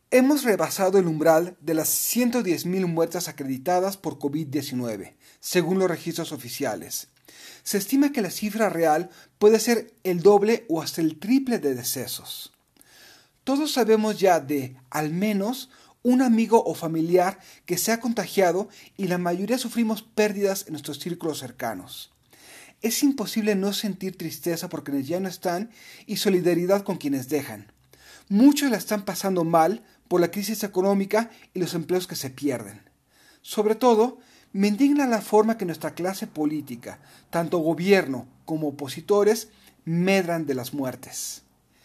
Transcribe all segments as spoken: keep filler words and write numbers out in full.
Hemos rebasado el umbral de las ciento diez mil muertes acreditadas por COVID diecinueve, según los registros oficiales. Se estima que la cifra real puede ser el doble o hasta el triple de decesos. Todos sabemos ya de, al menos, un amigo o familiar que se ha contagiado y la mayoría sufrimos pérdidas en nuestros círculos cercanos. Es imposible no sentir tristeza por quienes ya no están y solidaridad con quienes dejan. Muchos la están pasando mal por la crisis económica y los empleos que se pierden. Sobre todo, me indigna la forma que nuestra clase política, tanto gobierno como opositores, medran de las muertes.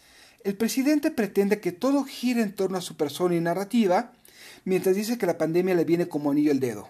El presidente pretende que todo gire en torno a su persona y narrativa, mientras dice que la pandemia le viene como anillo al dedo.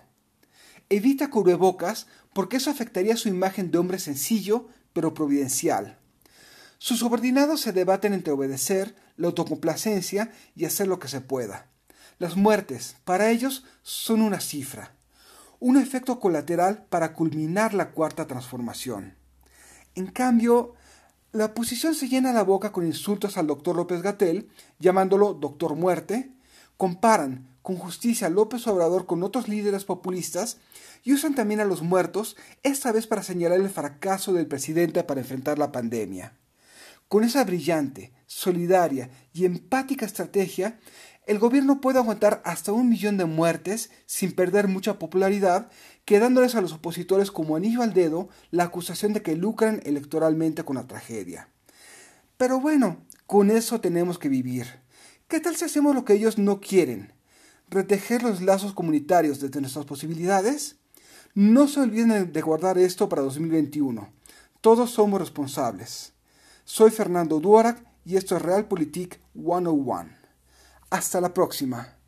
Evita cubrebocas porque eso afectaría su imagen de hombre sencillo, pero providencial. Sus subordinados se debaten entre obedecer, la autocomplacencia y hacer lo que se pueda. Las muertes, para ellos, son una cifra, un efecto colateral para culminar la cuarta transformación. En cambio, la oposición se llena la boca con insultos al doctor López-Gatell, llamándolo doctor muerte, comparan con justicia a López Obrador con otros líderes populistas y usan también a los muertos, esta vez para señalar el fracaso del presidente para enfrentar la pandemia. Con esa brillante, solidaria y empática estrategia, el gobierno puede aguantar hasta un millón de muertes sin perder mucha popularidad, quedándoles a los opositores como anillo al dedo la acusación de que lucran electoralmente con la tragedia. Pero bueno, con eso tenemos que vivir. ¿Qué tal si hacemos lo que ellos no quieren? ¿Retejer los lazos comunitarios desde nuestras posibilidades? No se olviden de guardar esto para dos mil veintiuno. Todos somos responsables. Soy Fernando Duarac y esto es Realpolitik ciento uno. Hasta la próxima.